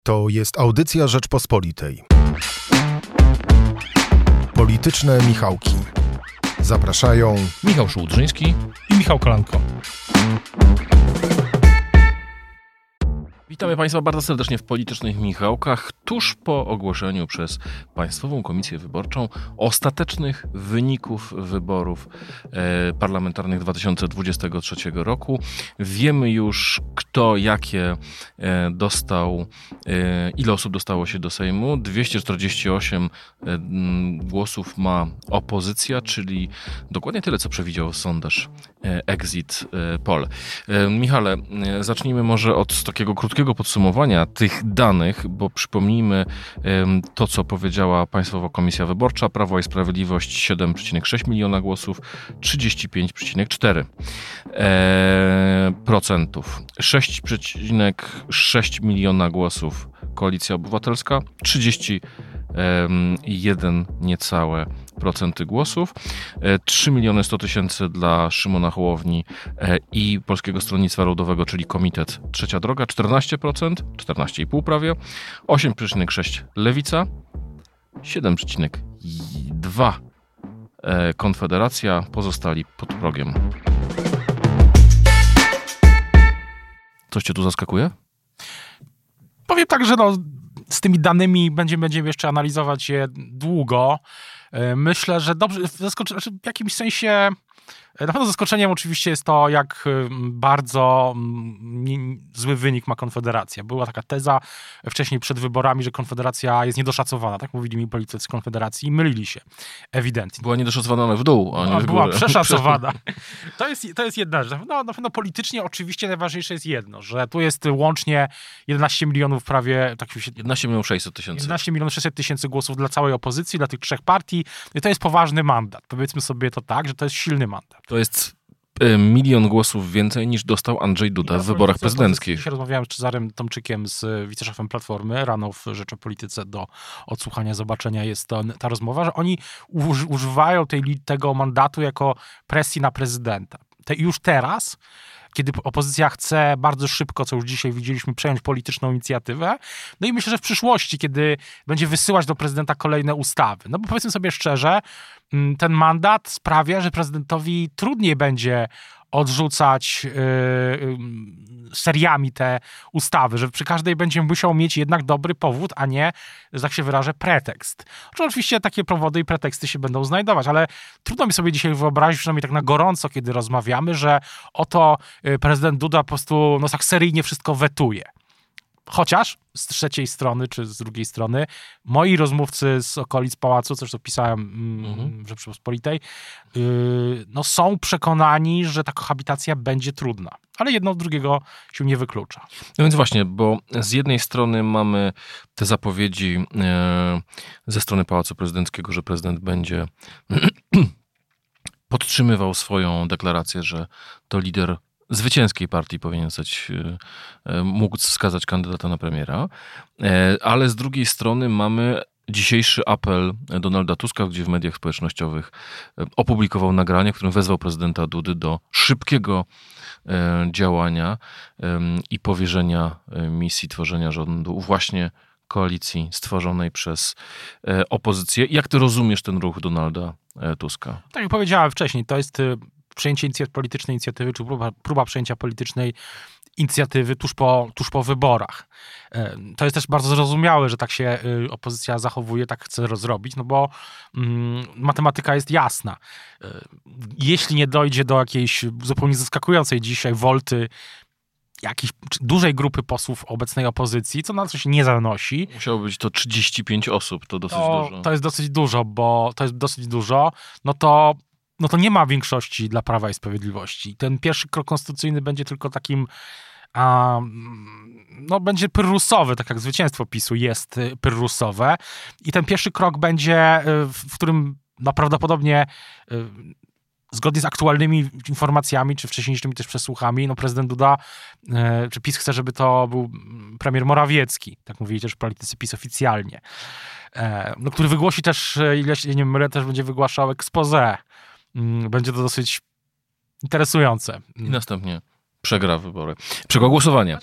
To jest audycja Rzeczpospolitej. Polityczne Michałki. Zapraszają Michał Szułdrzyński i Michał Kolanko. Witamy Państwa bardzo serdecznie w Politycznych Michałkach, tuż po ogłoszeniu przez Państwową Komisję Wyborczą ostatecznych wyników wyborów parlamentarnych 2023 roku. Wiemy już, kto jakie dostał, ile osób dostało się do Sejmu. 248 głosów ma opozycja, czyli dokładnie tyle, co przewidział sondaż Exit Poll. Michale, zacznijmy może od takiego krótkiego podsumowania tych danych, bo przypomnijmy to, co powiedziała Państwowa Komisja Wyborcza. Prawo i Sprawiedliwość 7,6 miliona głosów, 35,4%. 6,6 miliona głosów Koalicja Obywatelska, 31 niecałe procenty głosów, 3 miliony 100 tysięcy dla Szymona Hołowni i Polskiego Stronnictwa Ludowego, czyli Komitet Trzecia Droga, 14%, 14,5 prawie, 8,6 Lewica, 7,2 Konfederacja, pozostali pod progiem. Coś cię tu zaskakuje? Powiem tak, że z tymi danymi będziemy jeszcze analizować je długo. Myślę, że dobrze, w jakimś sensie na pewno zaskoczeniem oczywiście jest to, jak bardzo zły wynik ma Konfederacja. Była taka teza wcześniej przed wyborami, że Konfederacja jest niedoszacowana. Tak mówili mi politycy Konfederacji i mylili się. Ewidentnie. Była niedoszacowana w dół, a nie w górę. Była przeszacowana. To jest jedna rzecz. Na pewno politycznie oczywiście najważniejsze jest jedno, że tu jest łącznie 11 milionów prawie... 11 milionów 600 tysięcy. 11 milionów 600 tysięcy głosów dla całej opozycji, dla tych trzech partii. I to jest poważny mandat. Powiedzmy sobie to tak, że to jest silny mandat. To jest 1 milion głosów więcej niż dostał Andrzej Duda w wyborach prezydenckich. Dzisiaj rozmawiałem z Cezarym Tomczykiem, z wiceszefem Platformy, rano w Rzeczopolityce do odsłuchania, zobaczenia jest ta rozmowa, że oni używają tego mandatu jako presji na prezydenta. Już teraz, kiedy opozycja chce bardzo szybko, co już dzisiaj widzieliśmy, przejąć polityczną inicjatywę. No i myślę, że w przyszłości, kiedy będzie wysyłać do prezydenta kolejne ustawy. No bo powiedzmy sobie szczerze, ten mandat sprawia, że prezydentowi trudniej będzie odrzucać seriami te ustawy, że przy każdej będzie musiał mieć jednak dobry powód, a nie, że tak się wyrażę, pretekst. Oczywiście takie powody i preteksty się będą znajdować, ale trudno mi sobie dzisiaj wyobrazić, przynajmniej tak na gorąco, kiedy rozmawiamy, że oto prezydent Duda po prostu tak seryjnie wszystko wetuje. Chociaż z trzeciej strony, czy z drugiej strony, moi rozmówcy z okolic pałacu, co już pisałem w Rzeczypospolitej, są przekonani, że ta kohabitacja będzie trudna. Ale jedno od drugiego się nie wyklucza. No więc właśnie, bo z jednej strony mamy te zapowiedzi ze strony Pałacu Prezydenckiego, że prezydent będzie podtrzymywał swoją deklarację, że to lider zwycięskiej partii powinien mógł wskazać kandydata na premiera, ale z drugiej strony mamy dzisiejszy apel Donalda Tuska, gdzie w mediach społecznościowych opublikował nagranie, w którym wezwał prezydenta Dudy do szybkiego działania i powierzenia misji tworzenia rządu właśnie koalicji stworzonej przez opozycję. Jak ty rozumiesz ten ruch Donalda Tuska? Tak jak powiedziałem wcześniej, to jest przejęcie politycznej inicjatywy, czy próba przejęcia politycznej inicjatywy tuż po wyborach. To jest też bardzo zrozumiałe, że tak się opozycja zachowuje, tak chce zrobić, no bo matematyka jest jasna. Jeśli nie dojdzie do jakiejś zupełnie zaskakującej dzisiaj wolty jakiejś dużej grupy posłów obecnej opozycji, co na co się nie zanosi. Musiało być to 35 osób, to dosyć dużo. To jest dosyć dużo, no to nie ma większości dla Prawa i Sprawiedliwości. Ten pierwszy krok konstytucyjny będzie tylko takim będzie pyrrusowy, tak jak zwycięstwo PiS-u jest pyrrusowe. I ten pierwszy krok będzie, w którym prawdopodobnie zgodnie z aktualnymi informacjami, czy wcześniejszymi też przesłuchami, prezydent Duda, czy PiS chce, żeby to był premier Morawiecki, tak mówili też politycy PiS oficjalnie, który wygłosi też, ile się nie mylę, też będzie wygłaszał exposé. Będzie to dosyć interesujące. I następnie przegra wybory. Przegła głosowanie.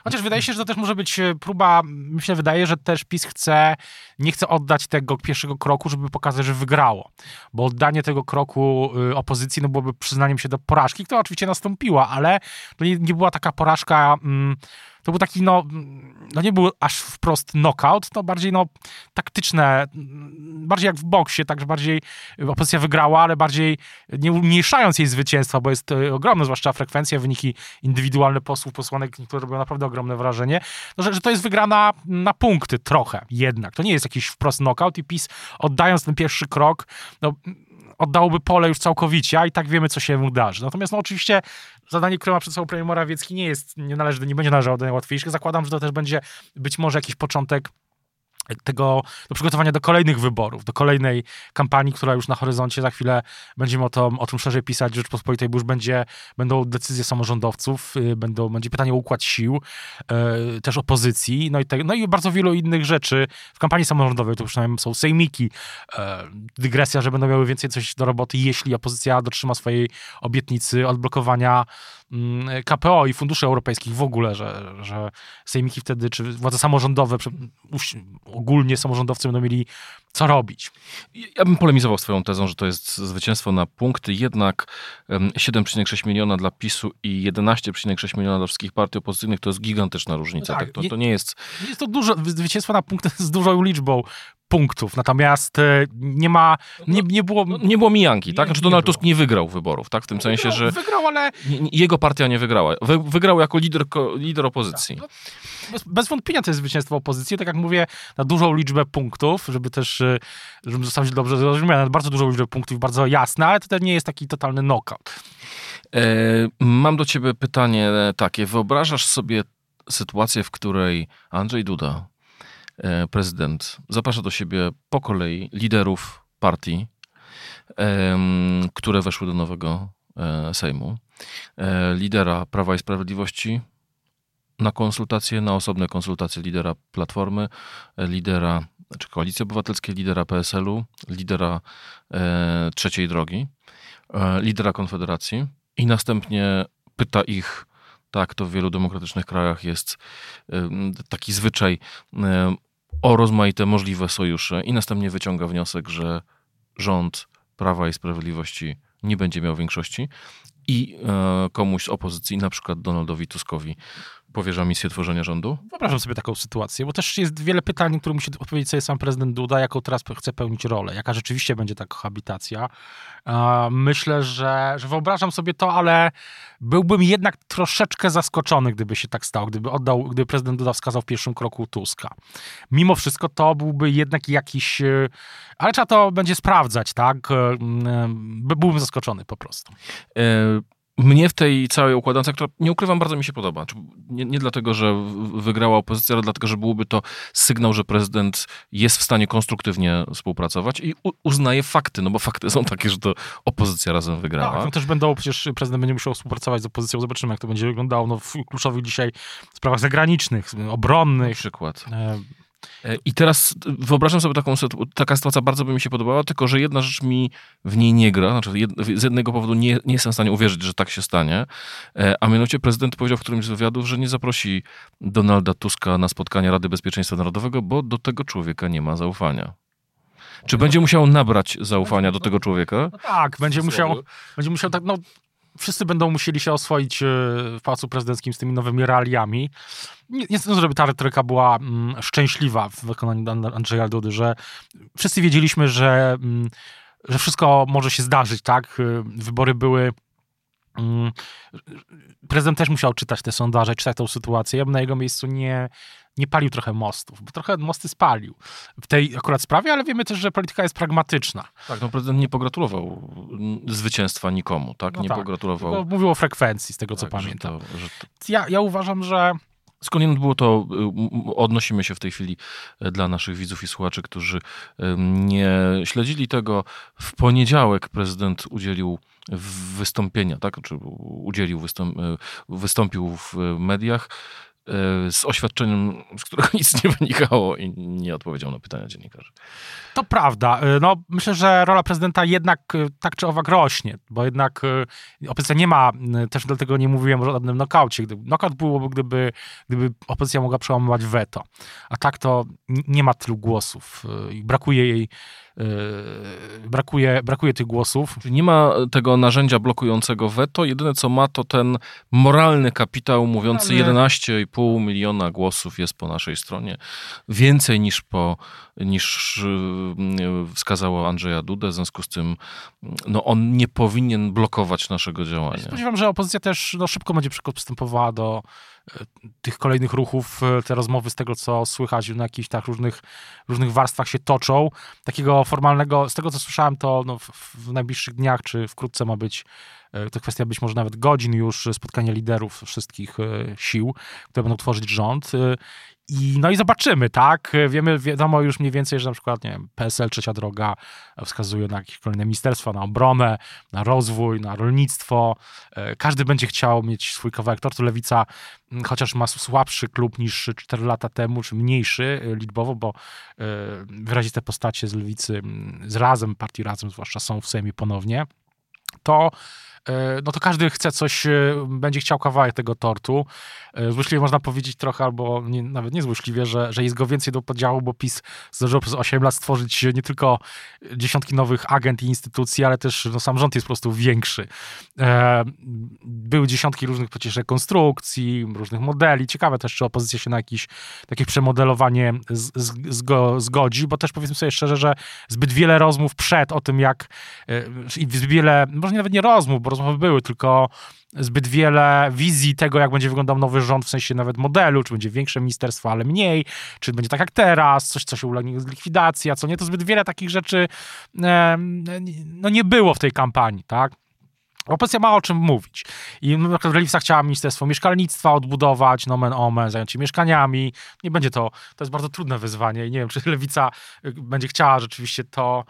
Chociaż wydaje się, że to też może być próba, mi się wydaje, że też PiS nie chce oddać tego pierwszego kroku, żeby pokazać, że wygrało. Bo oddanie tego kroku opozycji no byłoby przyznaniem się do porażki, która oczywiście nastąpiła, ale to nie była taka porażka... To był taki, no nie był aż wprost knockout, to bardziej taktyczne, bardziej jak w boksie, także bardziej opozycja wygrała, ale bardziej nie umniejszając jej zwycięstwa, bo jest ogromne, zwłaszcza frekwencja, wyniki indywidualne posłów, posłanek, które robią naprawdę ogromne wrażenie, no, że to jest wygrana na punkty trochę jednak. To nie jest jakiś wprost knockout i PiS oddając ten pierwszy krok, oddałoby pole już całkowicie, a i tak wiemy, co się mu darzy. Natomiast oczywiście zadanie, które ma przed sobą premier Morawiecki nie będzie należało do najłatwiejszych. Zakładam, że to też będzie być może jakiś początek do przygotowania do kolejnych wyborów, do kolejnej kampanii, która już na horyzoncie, za chwilę będziemy o tym szerzej pisać w Rzeczpospolitej, bo już będą decyzje samorządowców, będzie pytanie o układ sił, też opozycji, no i bardzo wielu innych rzeczy. W kampanii samorządowej to przynajmniej są sejmiki, dygresja, że będą miały więcej coś do roboty, jeśli opozycja dotrzyma swojej obietnicy odblokowania KPO i funduszy europejskich w ogóle, że sejmiki wtedy, czy władze samorządowe, ogólnie samorządowcy będą mieli co robić. Ja bym polemizował z twoją tezą, że to jest zwycięstwo na punkty, jednak 7,6 miliona dla PiS-u i 11,6 miliona dla wszystkich partii opozycyjnych to jest gigantyczna różnica. Tak, to nie jest... Jest to zwycięstwo na punkty z dużą liczbą punktów, natomiast nie było... Nie było mijanki, tak? Znaczy Donald Tusk nie wygrał wyborów, tak? W tym sensie, że... Wygrał, ale... Jego partia nie wygrała. Wygrał jako lider opozycji. Tak, bez wątpienia to jest zwycięstwo opozycji, tak jak mówię, na dużą liczbę punktów, żeby zostać dobrze zrozumiane, bardzo dużą liczbę punktów, bardzo jasne, ale to też nie jest taki totalny knockout. Mam do ciebie pytanie takie. Wyobrażasz sobie sytuację, w której Andrzej Duda, prezydent, zaprasza do siebie po kolei liderów partii, które weszły do nowego Sejmu, lidera Prawa i Sprawiedliwości na konsultacje, na osobne konsultacje lidera Platformy, czy Koalicji Obywatelskiej, lidera PSL-u, lidera Trzeciej Drogi, lidera Konfederacji i następnie pyta ich, tak to w wielu demokratycznych krajach jest taki zwyczaj, o rozmaite możliwe sojusze i następnie wyciąga wniosek, że rząd Prawa i Sprawiedliwości nie będzie miał większości i komuś z opozycji, na przykład Donaldowi Tuskowi, powierza misję tworzenia rządu? Wyobrażam sobie taką sytuację, bo też jest wiele pytań, na które musi odpowiedzieć sobie sam prezydent Duda, jaką teraz chce pełnić rolę, jaka rzeczywiście będzie ta kohabitacja. Myślę, że wyobrażam sobie to, ale byłbym jednak troszeczkę zaskoczony, gdyby się tak stało, gdyby prezydent Duda wskazał w pierwszym kroku Tuska. Mimo wszystko to byłby jednak jakiś... Ale trzeba to będzie sprawdzać, tak? Byłbym zaskoczony po prostu. Mnie w tej całej układance, która, nie ukrywam, bardzo mi się podoba. Nie dlatego, że wygrała opozycja, ale dlatego, że byłby to sygnał, że prezydent jest w stanie konstruktywnie współpracować i uznaje fakty, no bo fakty są takie, że to opozycja razem wygrała. Tak, no też przecież prezydent będzie musiał współpracować z opozycją. Zobaczymy, jak to będzie wyglądało w kluczowych dzisiaj sprawach zagranicznych, obronnych. Na przykład. I teraz wyobrażam sobie taka sytuacja bardzo by mi się podobała, tylko że jedna rzecz mi w niej nie gra, znaczy z jednego powodu nie jestem w stanie uwierzyć, że tak się stanie, a mianowicie prezydent powiedział w którymś z wywiadów, że nie zaprosi Donalda Tuska na spotkanie Rady Bezpieczeństwa Narodowego, bo do tego człowieka nie ma zaufania. Czy będzie musiał nabrać zaufania do tego człowieka? No tak, będzie musiał tak, wszyscy będą musieli się oswoić w Pałacu Prezydenckim z tymi nowymi realiami. Nie sądzę, żeby ta retoryka była szczęśliwa w wykonaniu Andrzeja Dudy, że wszyscy wiedzieliśmy, że wszystko może się zdarzyć, tak? Wybory były... Prezydent też musiał czytać te sondaże, czytać tę sytuację. Ja bym na jego miejscu nie palił trochę mostów, bo trochę mosty spalił w tej akurat sprawie, ale wiemy też, że polityka jest pragmatyczna. Tak, prezydent nie pogratulował zwycięstwa nikomu, tak? Nie pogratulował. Mówił o frekwencji, z tego co pamiętam. Ja uważam, że skądinąd było to, odnosimy się w tej chwili dla naszych widzów i słuchaczy, którzy nie śledzili tego. W poniedziałek prezydent udzielił wystąpienia, tak? Czy wystąpił w mediach. z oświadczeniem, z którego nic nie wynikało i nie odpowiedział na pytania dziennikarzy. To prawda. No, myślę, że rola prezydenta jednak tak czy owak rośnie, bo jednak opozycja nie ma, też dlatego nie mówiłem o żadnym nokaucie. Nokaut byłoby, gdyby opozycja mogła przełamywać weto. A tak to nie ma tylu głosów i brakuje jej, brakuje tych głosów. Czyli nie ma tego narzędzia blokującego weto. Jedyne co ma to ten moralny kapitał mówiący 11,5 miliona głosów jest po naszej stronie. Więcej niż wskazało Andrzeja Dudę. W związku z tym on nie powinien blokować naszego działania. Spodziewam, że opozycja też szybko będzie przystępowała do tych kolejnych ruchów. Te rozmowy z tego, co słychać na jakichś tak różnych warstwach się toczą. Takiego formalnego, z tego co słyszałem, to w najbliższych dniach, czy wkrótce ma być, to kwestia być może nawet godzin już, spotkania liderów wszystkich sił, które będą tworzyć rząd. I zobaczymy, tak? Wiadomo już mniej więcej, że na przykład, nie wiem, PSL, Trzecia Droga wskazuje na jakieś kolejne ministerstwa, na obronę, na rozwój, na rolnictwo. Każdy będzie chciał mieć swój kawałek tortu. Lewica, chociaż ma słabszy klub niż 4 lata temu, czy mniejszy liczbowo, bo wyraziste postacie z Lewicy, z Razem, partii Razem zwłaszcza, są w Sejmie ponownie, to każdy chce coś, będzie chciał kawałek tego tortu. Złośliwie można powiedzieć trochę, albo nawet nie złośliwie, że jest go więcej do podziału, bo PiS zdążył przez 8 lat stworzyć nie tylko dziesiątki nowych agent i instytucji, ale też sam rząd jest po prostu większy. Były dziesiątki różnych przecież rekonstrukcji, różnych modeli. Ciekawe też, czy opozycja się na jakieś takie przemodelowanie zgodzi, bo też powiedzmy sobie szczerze, że zbyt wiele rozmów przed o tym, i zbyt wiele, może nawet nie rozmów, bo rozmowy były, tylko zbyt wiele wizji tego, jak będzie wyglądał nowy rząd, w sensie nawet modelu, czy będzie większe ministerstwo, ale mniej, czy będzie tak jak teraz, coś, co się ulegnie z likwidacji, a co nie, to zbyt wiele takich rzeczy nie było w tej kampanii, tak? Opozycja ma o czym mówić. I na przykład Lewica chciała Ministerstwo Mieszkalnictwa odbudować, nomen omen, zająć się mieszkaniami. Nie będzie to jest bardzo trudne wyzwanie i nie wiem, czy Lewica będzie chciała rzeczywiście to,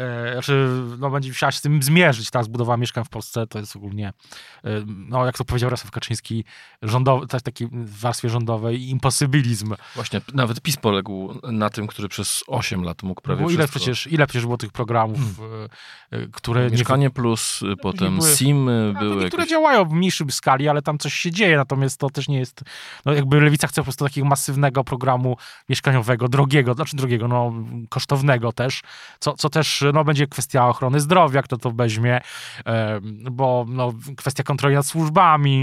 będzie musiała się z tym zmierzyć. Ta zbudowa mieszkań w Polsce to jest ogólnie, jak to powiedział Jarosław Kaczyński, rządowy, to jest taki w warstwie rządowej imposybilizm. Właśnie, nawet PiS poległ na tym, który przez 8 lat mógł prawie wszystko. Ile przecież było tych programów, które... Mieszkanie Plus, potem SIM-y były niektóre działają w mniejszej skali, ale tam coś się dzieje, natomiast to też nie jest... jakby Lewica chce po prostu takiego masywnego programu mieszkaniowego, drogiego, kosztownego też, co też będzie kwestia ochrony zdrowia, kto to weźmie, bo kwestia kontroli nad służbami,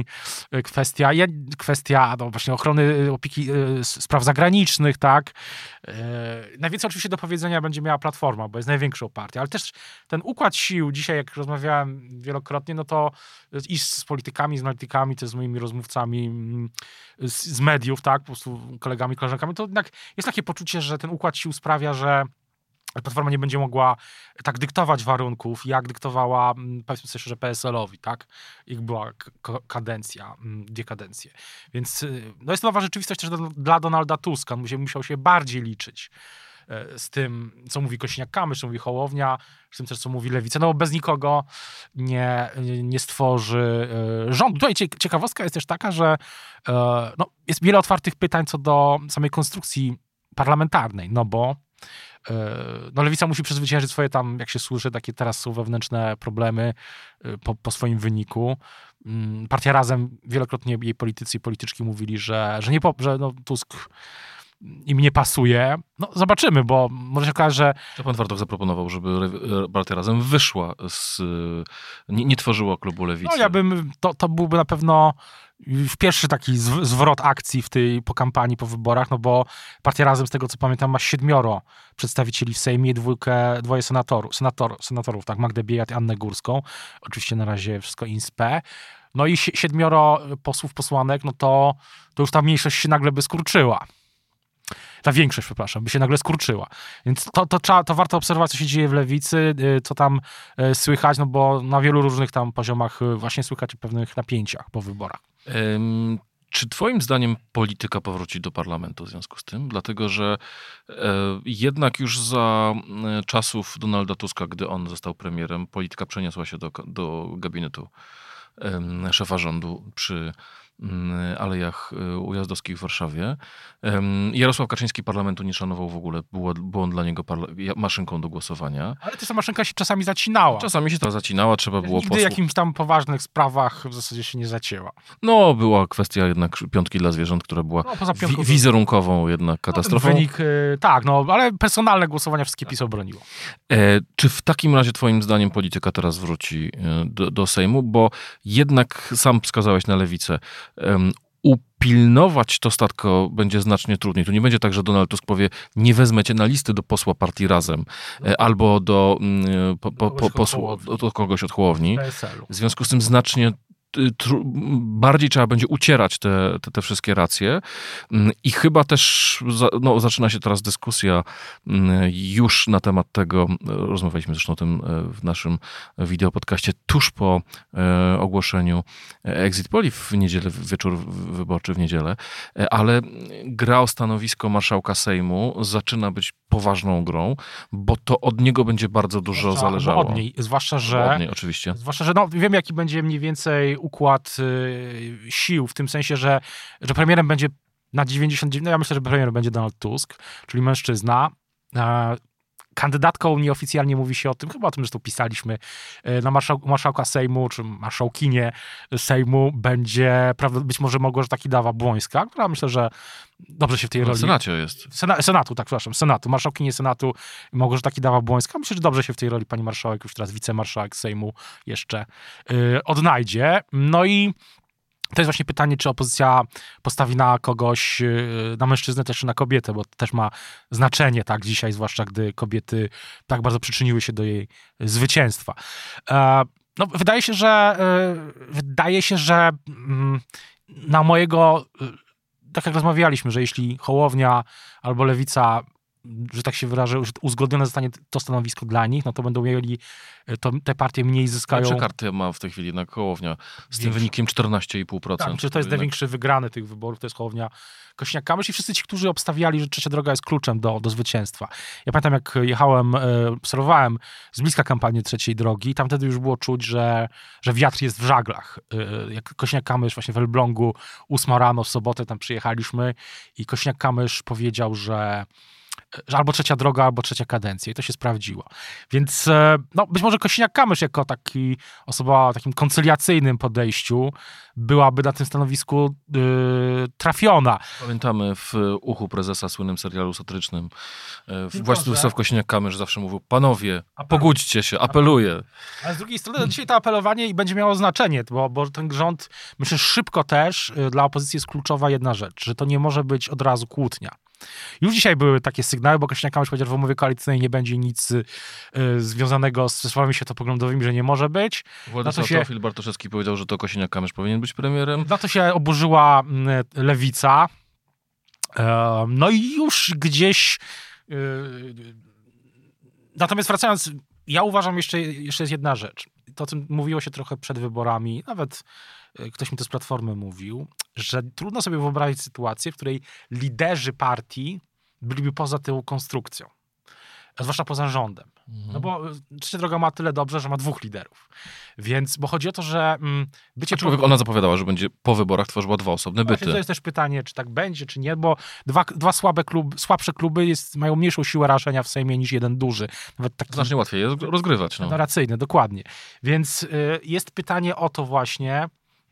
kwestia właśnie ochrony, opieki, spraw zagranicznych, tak. Najwięcej oczywiście do powiedzenia będzie miała Platforma, bo jest największą partią, ale też ten układ sił, dzisiaj jak rozmawiałem wielokrotnie, to i z politykami, z analitykami, też z moimi rozmówcami z mediów, tak, po prostu kolegami, koleżankami, to jednak jest takie poczucie, że ten układ sił sprawia, że Platforma nie będzie mogła tak dyktować warunków, jak dyktowała, powiedzmy sobie szczerze, PSL-owi, tak? Jak była kadencja, 2 kadencje. Więc jest to nowa rzeczywistość też dla Donalda Tuska. On musiał się bardziej liczyć z tym, co mówi Kosiniak-Kamysz, co mówi Hołownia, z tym też, co mówi Lewica, bo bez nikogo nie stworzy rządu. Tutaj ciekawostka jest też taka, że jest wiele otwartych pytań co do samej konstrukcji parlamentarnej, bo Lewica musi przezwyciężyć swoje tam, jak się słyszy, takie teraz są wewnętrzne problemy po swoim wyniku. Partia Razem, wielokrotnie jej politycy i polityczki mówili, że Tusk im nie pasuje. Zobaczymy, bo może się okazać, że... To pan Wartoch zaproponował, żeby Partia Razem wyszła nie tworzyła klubu Lewicy. To byłby na pewno pierwszy taki zwrot akcji po kampanii, po wyborach, bo Partia Razem, z tego co pamiętam, ma 7 przedstawicieli w Sejmie i 2 senatorów, tak, Magdę Biejat i Annę Górską. Oczywiście na razie wszystko in-spe. I 7 posłów, posłanek, to już ta mniejszość się nagle by skurczyła. Ta większość, przepraszam, by się nagle skurczyła. Więc to warto obserwować, co się dzieje w Lewicy, co tam słychać, bo na wielu różnych tam poziomach właśnie słychać o pewnych napięciach po wyborach. Czy twoim zdaniem polityka powróci do parlamentu w związku z tym? Dlatego, że jednak już za czasów Donalda Tuska, gdy on został premierem, polityka przeniosła się do gabinetu szefa rządu przy Alejach Ujazdowskich w Warszawie. Jarosław Kaczyński parlamentu nie szanował w ogóle. Był on dla niego maszynką do głosowania. Ale ta maszynka się czasami zacinała. Czasami się to zacinała, trzeba było Nigdy w jakimś tam poważnych sprawach w zasadzie się nie zacięła. No, była kwestia jednak piątki dla zwierząt, która była wizerunkową jednak katastrofą. Wynik, tak, ale personalne głosowania wszystkie PiS obroniło. Czy w takim razie twoim zdaniem polityka teraz wróci do Sejmu? Bo jednak sam wskazałeś na lewicę. Upilnować to statko będzie znacznie trudniej. Tu nie będzie tak, że Donald Tusk powie, nie wezmę cię na listy do posła partii Razem, albo do kogoś od Hołowni. W związku z tym znacznie bardziej trzeba będzie ucierać te wszystkie racje i chyba też zaczyna się teraz dyskusja już na temat tego, rozmawialiśmy zresztą o tym w naszym wideopodcaście tuż po ogłoszeniu exit poli w niedzielę, wieczór wyborczy w niedzielę, ale gra o stanowisko marszałka Sejmu zaczyna być poważną grą, bo to od niego będzie bardzo dużo zależało. Od niej, zwłaszcza, że oczywiście. Zwłaszcza, że wiem, jaki będzie mniej więcej układ sił, w tym sensie, że premierem będzie na 99%, ja myślę, że premierem będzie Donald Tusk, czyli mężczyzna. Kandydatką nieoficjalnie mówi się o tym, chyba o tym zresztą pisaliśmy, na marszałka Sejmu, czy marszałkinię Sejmu będzie, być może Małgorzata Kidawa-Błońska, która myślę, że dobrze się w tej roli... W Senacie jest. Senatu. Marszałkinię Senatu Małgorzata Kidawa-Błońska. Myślę, że dobrze się w tej roli pani marszałek, już teraz wicemarszałek Sejmu jeszcze odnajdzie. No i to jest właśnie pytanie, czy opozycja postawi na kogoś, na mężczyznę też czy na kobietę, bo to też ma znaczenie, tak, dzisiaj, zwłaszcza gdy kobiety tak bardzo przyczyniły się do jej zwycięstwa. Wydaje się, że na mojego, tak jak rozmawialiśmy, że jeśli Hołownia albo Lewica, że tak się wyrażę, że uzgodnione zostanie to stanowisko dla nich, no to będą mieli, te partie mniej zyskają. Lepsze karty ma w tej chwili jednak Hołownia z tym wynikiem 14,5%. Tak, czy to jest największy wygrany tych wyborów, to jest Hołownia, Kosiniak-Kamysz i wszyscy ci, którzy obstawiali, że trzecia droga jest kluczem do zwycięstwa. Ja pamiętam, jak jechałem, obserwowałem z bliska kampanię trzeciej drogi, tam wtedy już było czuć, że wiatr jest w żaglach. Jak Kosiniak-Kamysz właśnie w Elblągu 8 rano w sobotę tam przyjechaliśmy i Kosiniak-Kamysz powiedział, że albo trzecia droga, albo trzecia kadencja. I to się sprawdziło. Więc być może Kosiniak-Kamysz jako taki osoba o takim koncyliacyjnym podejściu byłaby na tym stanowisku trafiona. Pamiętamy w uchu prezesa słynnym serialu satyrycznym Władysław Kosiniak-Kamysz zawsze mówił, panowie, pogódźcie się, apeluję. Ale z drugiej strony dzisiaj to apelowanie będzie miało znaczenie, bo ten rząd, myślę, szybko też dla opozycji jest kluczowa jedna rzecz, że to nie może być od razu kłótnia. Już dzisiaj były takie sygnały, bo Kosiniak-Kamysz powiedział, że w umowie koalicyjnej nie będzie nic związanego ze sprawami światopoglądowymi, że nie może być. Władysław Teofil Bartoszewski powiedział, że to Kosiniak-Kamysz powinien być premierem. Na to się oburzyła Lewica. No i już gdzieś... Natomiast wracając, ja uważam, jeszcze jest jedna rzecz. To, o czym mówiło się trochę przed wyborami, nawet ktoś mi to z Platformy mówił, że trudno sobie wyobrazić sytuację, w której liderzy partii byliby poza tą konstrukcją. Zwłaszcza poza rządem. No bo Trzecia Droga ma tyle dobrze, że ma 2 liderów. Więc, bo chodzi o to, że ona zapowiadała, że będzie po wyborach tworzyła 2 osobne byty. To jest też pytanie, czy tak będzie, czy nie, bo dwa słabsze kluby mają mniejszą siłę rażenia w Sejmie niż jeden duży. Nawet taki znacznie łatwiej jest rozgrywać. Federacyjny, dokładnie. Więc jest pytanie o to właśnie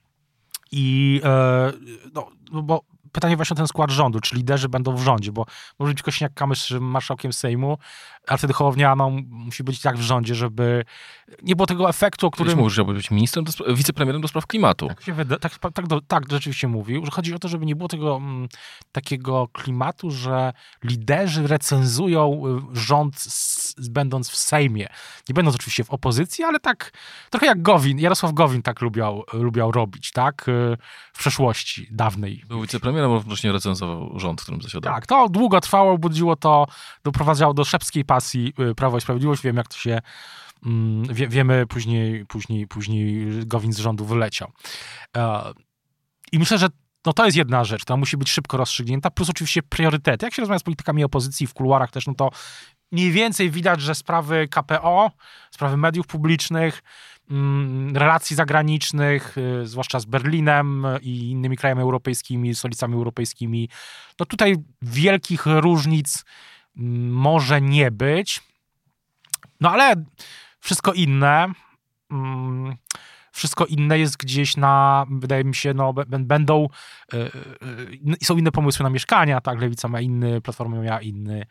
bo pytanie właśnie o ten skład rządu, czy liderzy będą w rządzie, bo może być Kosiniak-Kamysz marszałkiem Sejmu, a wtedy Hołownia musi być tak w rządzie, żeby nie było tego efektu, o którym... Mówisz, żeby być ministrem, wicepremierem do spraw klimatu. Tak rzeczywiście mówił, że chodzi o to, żeby nie było tego takiego klimatu, że liderzy recenzują rząd będąc w Sejmie. Nie będąc oczywiście w opozycji, ale tak trochę jak Jarosław Gowin tak lubiał robić, tak? W przeszłości dawnej. Był wicepremierem, a wcześniej recenzował rząd, w którym zasiadał. Tak, to długo trwało, budziło to, doprowadzało do szepskiej pasji Prawo i Sprawiedliwość. Wiem, jak to się... Wiemy, później Gowin z rządu wyleciał. I myślę, że to jest jedna rzecz, która musi być szybko rozstrzygnięta, plus oczywiście priorytety. Jak się rozmawia z politykami opozycji w kuluarach też, to mniej więcej widać, że sprawy KPO, sprawy mediów publicznych relacji zagranicznych, zwłaszcza z Berlinem i innymi krajami europejskimi, stolicami europejskimi. No tutaj wielkich różnic może nie być. No ale wszystko inne jest gdzieś wydaje mi się, będą, są inne pomysły na mieszkania, tak, Lewica ma inny, Platforma miała inny.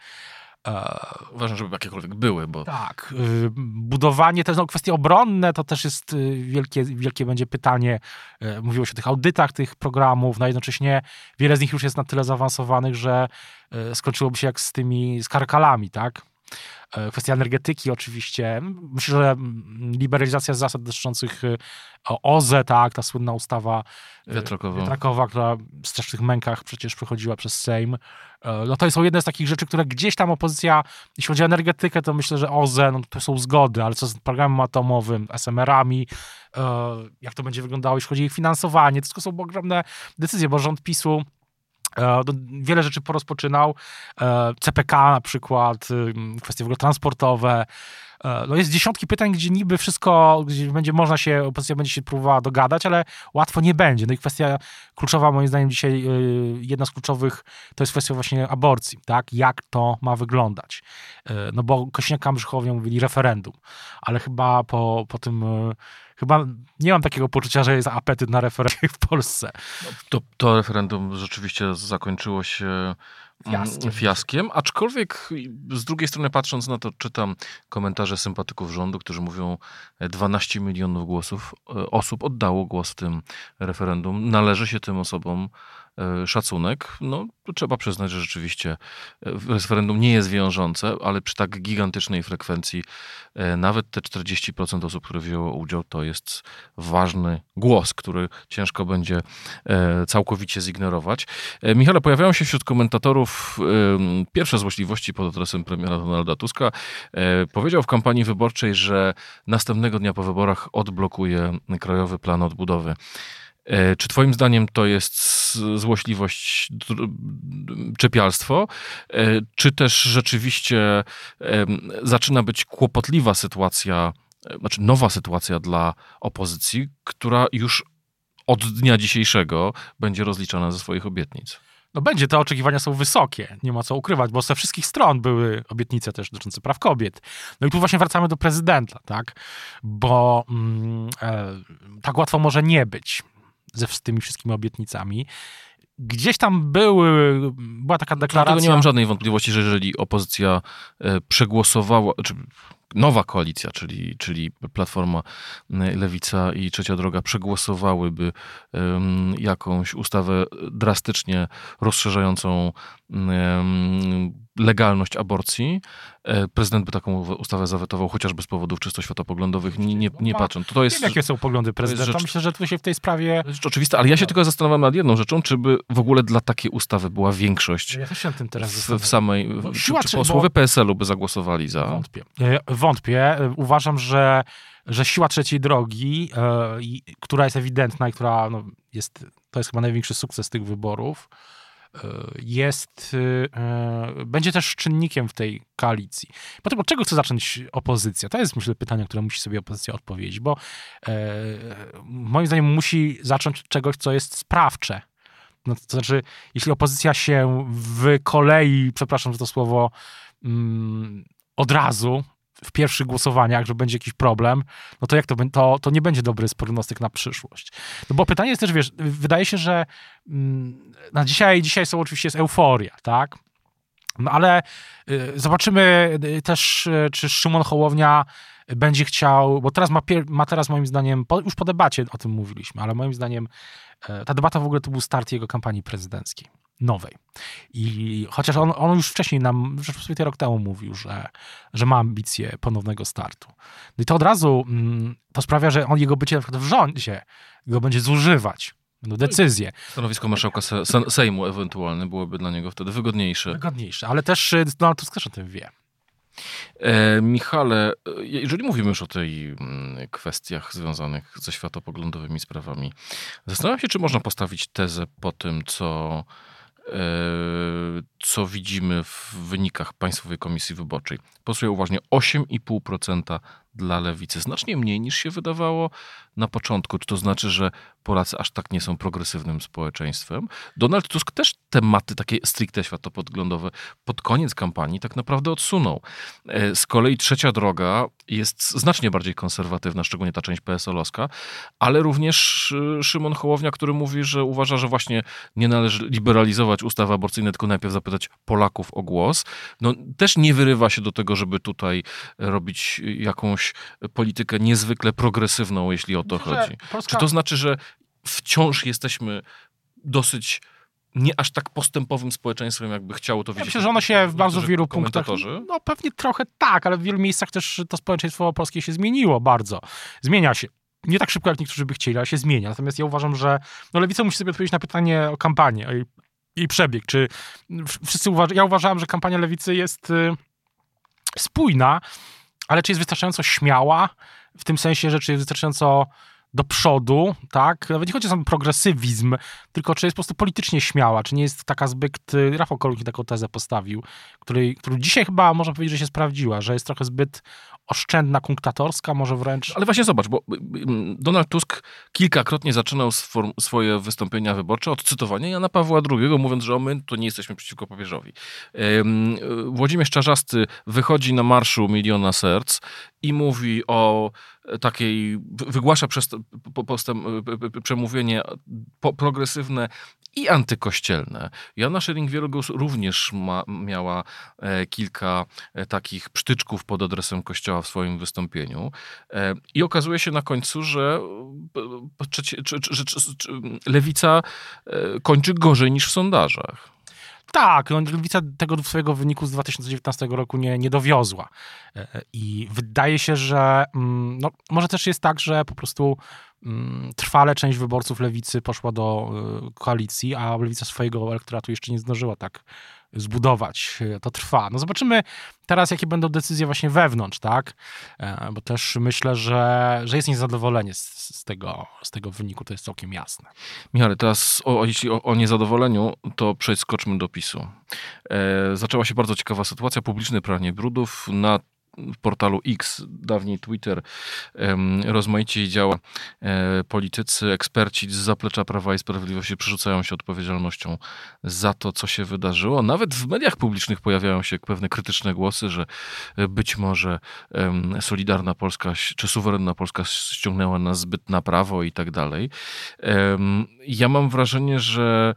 Uważam, żeby jakiekolwiek były, bo... Tak, budowanie, te kwestie obronne, to też jest wielkie będzie pytanie. Mówiło się o tych audytach tych programów, no jednocześnie wiele z nich już jest na tyle zaawansowanych, że skończyłoby się jak z tymi skarkalami, tak? Kwestia energetyki oczywiście. Myślę, że liberalizacja zasad dotyczących OZE, tak, ta słynna ustawa wiatrakowa, która w strasznych mękach przecież przechodziła przez Sejm. No to są jedne z takich rzeczy, które gdzieś tam opozycja, jeśli chodzi o energetykę, to myślę, że OZE, no to są zgody, ale co z programem atomowym, SMR-ami, jak to będzie wyglądało, jeśli chodzi o ich finansowanie, to są ogromne decyzje, bo rząd PiS-u wiele rzeczy porozpoczynał. CPK na przykład, kwestie w ogóle transportowe. No jest dziesiątki pytań, gdzie niby wszystko, gdzie opozycja będzie się próbowała dogadać, ale łatwo nie będzie. No i kwestia kluczowa, moim zdaniem dzisiaj, jedna z kluczowych, to jest kwestia właśnie aborcji, tak? Jak to ma wyglądać? No bo Kosiniak-Kamysz-Hołownia mówili referendum, ale chyba po tym... Chyba nie mam takiego poczucia, że jest apetyt na referendum w Polsce. To referendum rzeczywiście zakończyło się fiaskiem, aczkolwiek z drugiej strony patrząc na to, czytam komentarze sympatyków rządu, którzy mówią 12 milionów osób oddało głos w tym referendum. Należy się tym osobom szacunek. No, trzeba przyznać, że rzeczywiście referendum nie jest wiążące, ale przy tak gigantycznej frekwencji nawet te 40% osób, które wzięło udział, to jest ważny głos, który ciężko będzie całkowicie zignorować. Michale, pojawiają się wśród komentatorów pierwsze złośliwości pod adresem premiera Donalda Tuska. Powiedział w kampanii wyborczej, że następnego dnia po wyborach odblokuje Krajowy Plan Odbudowy. Czy twoim zdaniem to jest złośliwość, czepialstwo, czy też rzeczywiście zaczyna być kłopotliwa sytuacja, znaczy nowa sytuacja dla opozycji, która już od dnia dzisiejszego będzie rozliczana ze swoich obietnic? No będzie, te oczekiwania są wysokie, nie ma co ukrywać, bo ze wszystkich stron były obietnice też dotyczące praw kobiet. No i tu właśnie wracamy do prezydenta, tak? Bo tak łatwo może nie być z tymi wszystkimi obietnicami. Gdzieś tam była taka deklaracja... Dlatego nie mam żadnej wątpliwości, że jeżeli opozycja przegłosowała, czy nowa koalicja, czyli Platforma, Lewica i Trzecia Droga przegłosowałyby jakąś ustawę drastycznie rozszerzającą legalność aborcji, prezydent by taką ustawę zawetował chociażby z powodów czysto światopoglądowych, nie patrząc. To jest, wiem, jakie są poglądy prezydenta. Myślę, że tu się w tej sprawie... To jest rzecz oczywista, ale ja się tylko zastanawiam nad jedną rzeczą, czy by w ogóle dla takiej ustawy była większość ja też się tym teraz w samej... Czy posłowie PSL-u by zagłosowali za... Wątpię. Uważam, że siła Trzeciej Drogi, która jest ewidentna i która to jest chyba największy sukces tych wyborów, będzie też czynnikiem w tej koalicji. Potem od czego chce zacząć opozycja? To jest, myślę, pytanie, które musi sobie opozycja odpowiedzieć, bo moim zdaniem musi zacząć od czegoś, co jest sprawcze. No, to znaczy, jeśli opozycja się wykolei, przepraszam za to słowo, od razu w pierwszych głosowaniach, że będzie jakiś problem, no to jak to nie będzie dobry prognostyk na przyszłość. No bo pytanie jest też, wiesz, wydaje się, że dzisiaj są oczywiście jest euforia, tak? No ale zobaczymy też, czy Szymon Hołownia będzie chciał, bo teraz ma teraz moim zdaniem, już po debacie o tym mówiliśmy, ale moim zdaniem ta debata w ogóle to był start jego kampanii prezydenckiej. Nowej. I chociaż on już wcześniej nam, Rzeczypospolitej rok temu mówił, że ma ambicje ponownego startu. No i to od razu to sprawia, że jego bycie na przykład w rządzie go będzie zużywać. Będą decyzje. Stanowisko marszałka Sejmu ewentualne byłoby dla niego wtedy wygodniejsze. Ale też Donald Tusk też o tym wie. Michale, jeżeli mówimy już o tej kwestiach związanych ze światopoglądowymi sprawami, zastanawiam się, czy można postawić tezę po tym, co widzimy w wynikach Państwowej Komisji Wyborczej. Posłuchaj uważnie, 8,5% dla lewicy. Znacznie mniej niż się wydawało na początku. Czy to znaczy, że Polacy aż tak nie są progresywnym społeczeństwem? Donald Tusk też tematy takie stricte światopoglądowe pod koniec kampanii tak naprawdę odsunął. Z kolei Trzecia Droga jest znacznie bardziej konserwatywna, szczególnie ta część PSL-owska, ale również Szymon Hołownia, który mówi, że uważa, że właśnie nie należy liberalizować ustawy aborcyjnej, tylko najpierw zapytać Polaków o głos. No, też nie wyrywa się do tego, żeby tutaj robić jakąś politykę niezwykle progresywną, jeśli o to chodzi. Czy to znaczy, że wciąż jesteśmy dosyć nie aż tak postępowym społeczeństwem, jakby chciało to widzieć? Myślę, że ono się w bardzo wielu punktach... No pewnie trochę tak, ale w wielu miejscach też to społeczeństwo polskie się zmieniło bardzo. Zmienia się. Nie tak szybko, jak niektórzy by chcieli, ale się zmienia. Natomiast ja uważam, że lewica musi sobie odpowiedzieć na pytanie o kampanię, o jej przebieg. Czy wszyscy ja uważałem, że kampania lewicy jest spójna, ale czy jest wystarczająco śmiała, w tym sensie, że czy jest wystarczająco do przodu, tak? Nawet nie chodzi o sam progresywizm, tylko czy jest po prostu politycznie śmiała, czy nie jest taka zbyt... Rafał Koluk taką tezę postawił, który dzisiaj chyba można powiedzieć, że się sprawdziła, że jest trochę zbyt oszczędna, kunktatorska, może wręcz... Ale właśnie zobacz, bo Donald Tusk kilkakrotnie zaczynał swoje wystąpienia wyborcze od cytowania Jana Pawła II, mówiąc, że my to nie jesteśmy przeciwko papieżowi. Włodzimierz Czarzasty wychodzi na marszu Miliona Serc i mówi o takiej, wygłasza przemówienie progresywne i antykościelne. Joanna Scheuring-Wielgus również miała kilka takich psztyczków pod adresem Kościoła w swoim wystąpieniu. I okazuje się na końcu, że lewica kończy gorzej niż w sondażach. Tak, lewica tego swojego wyniku z 2019 roku nie dowiozła. I wydaje się, że może też jest tak, że po prostu trwale część wyborców lewicy poszła do koalicji, a lewica swojego elektoratu jeszcze nie zdążyła tak zbudować. To trwa. No zobaczymy teraz, jakie będą decyzje właśnie wewnątrz, tak? Bo też myślę, że jest niezadowolenie z tego wyniku, to jest całkiem jasne. Michale, teraz jeśli o niezadowoleniu, to przeskoczmy do PiS-u. Zaczęła się bardzo ciekawa sytuacja, publiczne pranie brudów na portalu X, dawniej Twitter, rozmaici działa politycy, eksperci z zaplecza Prawa i Sprawiedliwości przerzucają się odpowiedzialnością za to, co się wydarzyło. Nawet w mediach publicznych pojawiają się pewne krytyczne głosy, że być może Solidarna Polska czy suwerenna Polska ściągnęła nas zbyt na prawo i tak dalej. Ja mam wrażenie, że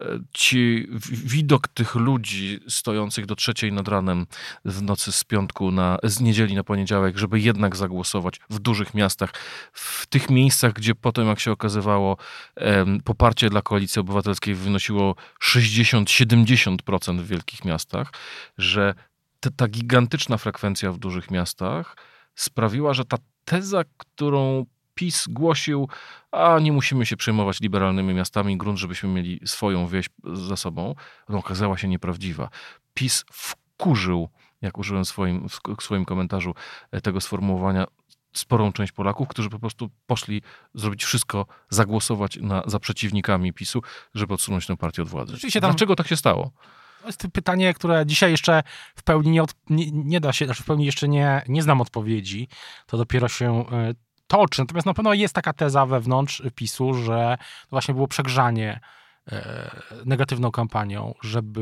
widok tych ludzi stojących do 3:00 nad ranem w nocy z niedzieli na poniedziałek, żeby jednak zagłosować w dużych miastach, w tych miejscach, gdzie potem, jak się okazywało, poparcie dla Koalicji Obywatelskiej wynosiło 60-70% w wielkich miastach, że ta gigantyczna frekwencja w dużych miastach sprawiła, że ta teza, którą PiS głosił, a nie musimy się przejmować liberalnymi miastami, grunt, żebyśmy mieli swoją wieś za sobą, no okazała się nieprawdziwa. PiS wkurzył, jak użyłem w swoim komentarzu tego sformułowania, sporą część Polaków, którzy po prostu poszli zrobić wszystko, zagłosować za przeciwnikami PiS-u, żeby odsunąć tę partię od władzy. Dlaczego tak się stało? To jest pytanie, które dzisiaj jeszcze w pełni nie da się, w pełni jeszcze nie znam odpowiedzi. To dopiero się toczy. Natomiast na pewno jest taka teza wewnątrz PiS-u, że to właśnie było przegrzanie negatywną kampanią,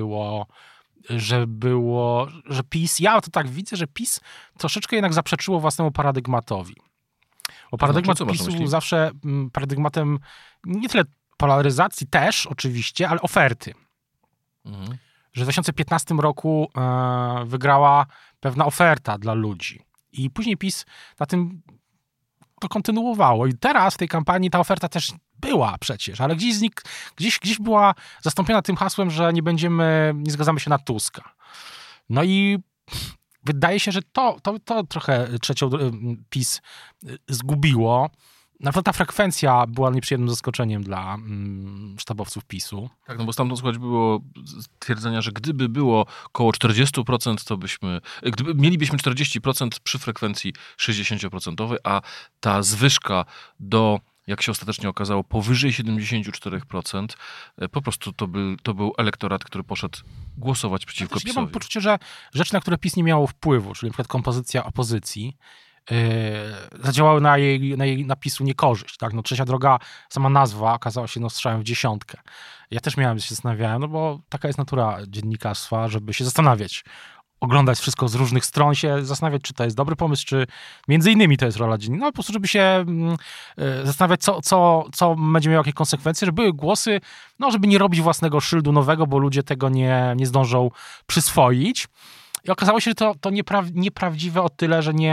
że PiS, ja to tak widzę, że PiS troszeczkę jednak zaprzeczyło własnemu paradygmatowi. Bo paradygmat PiS-u zawsze paradygmatem nie tyle polaryzacji też oczywiście, ale oferty. Mhm. Że w 2015 roku wygrała pewna oferta dla ludzi. I później PiS na tym to kontynuowało. I teraz w tej kampanii ta oferta też była przecież, ale gdzieś była zastąpiona tym hasłem, że nie zgadzamy się na Tuska. No i wydaje się, że to trochę trzecią PiS zgubiło. Na przykład ta frekwencja była nieprzyjemnym zaskoczeniem dla sztabowców PiS-u. Tak, no bo stamtąd słychać było stwierdzenia, że gdyby było około 40%, to mielibyśmy 40% przy frekwencji 60%, a ta zwyżka do, jak się ostatecznie okazało, powyżej 74%, po prostu to był elektorat, który poszedł głosować przeciwko PiS-owi. Ja mam poczucie, że rzeczy, na które PiS nie miało wpływu, czyli na przykład kompozycja opozycji, zadziałały na jej napisu niekorzyść. Tak? No, Trzecia Droga, sama nazwa okazała się strzałem w dziesiątkę. Ja też się zastanawiałem, no bo taka jest natura dziennikarstwa, żeby się zastanawiać, oglądać wszystko z różnych stron, się zastanawiać, czy to jest dobry pomysł, czy między innymi to jest rola dziennika. No po prostu, żeby się zastanawiać, co będzie miało jakie konsekwencje, żeby były głosy, no żeby nie robić własnego szyldu nowego, bo ludzie tego nie zdążą przyswoić. I okazało się, że to nieprawdziwe o tyle, że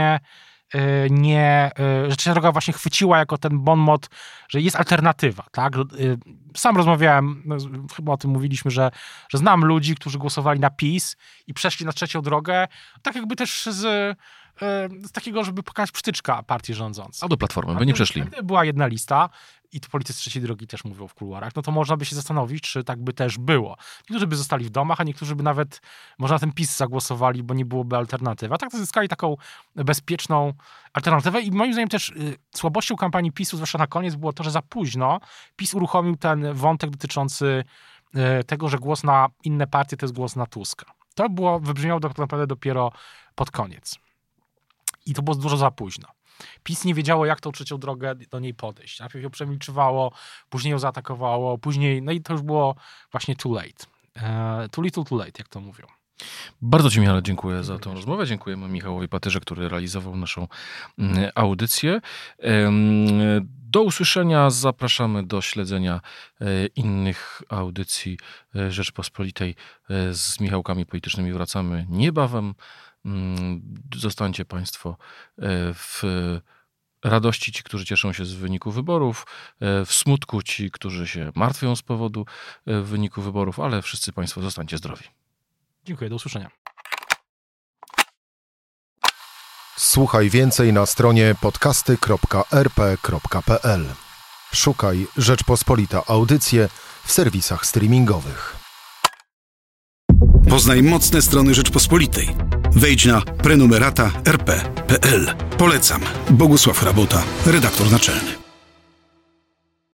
że Trzecia Droga właśnie chwyciła jako ten bon mot, że jest alternatywa, tak? Sam rozmawiałem, chyba o tym mówiliśmy, że znam ludzi, którzy głosowali na PiS i przeszli na Trzecią Drogę, tak jakby też z takiego, żeby pokazać przytyczka partii rządzącej. A do Platformy, by nie przeszli. Gdyby była jedna lista i to politycy Trzeciej Drogi też mówią w kuluarach, no to można by się zastanowić, czy tak by też było. Niektórzy by zostali w domach, a niektórzy by nawet może na ten PiS zagłosowali, bo nie byłoby alternatywy. A tak to zyskali taką bezpieczną alternatywę i moim zdaniem też słabością kampanii PiS-u, zwłaszcza na koniec, było to, że za późno PiS uruchomił ten wątek dotyczący tego, że głos na inne partie to jest głos na Tuska. To wybrzmiało tak naprawdę dopiero pod koniec. I to było dużo za późno. PiS nie wiedziało, jak tą Trzecią Drogę do niej podejść. Najpierw ją przemilczywało, później ją zaatakowało, później, no i to już było właśnie too late. Too little, too late, jak to mówią. Bardzo Ci, Michale, dziękuję za tę rozmowę. Dziękujemy Michałowi Patyrze, który realizował naszą audycję. Do usłyszenia. Zapraszamy do śledzenia innych audycji Rzeczpospolitej z Michałkami politycznymi. Wracamy niebawem. Zostańcie Państwo w radości ci, którzy cieszą się z wyniku wyborów, w smutku ci, którzy się martwią z powodu wyniku wyborów, ale wszyscy Państwo zostańcie zdrowi. Dziękuję, do usłyszenia. Słuchaj więcej na stronie podcasty.rp.pl. Szukaj Rzeczpospolita Audycje w serwisach streamingowych. Poznaj mocne strony Rzeczpospolitej. Wejdź na prenumerata.rp.pl. Polecam. Bogusław Rabota, redaktor naczelny.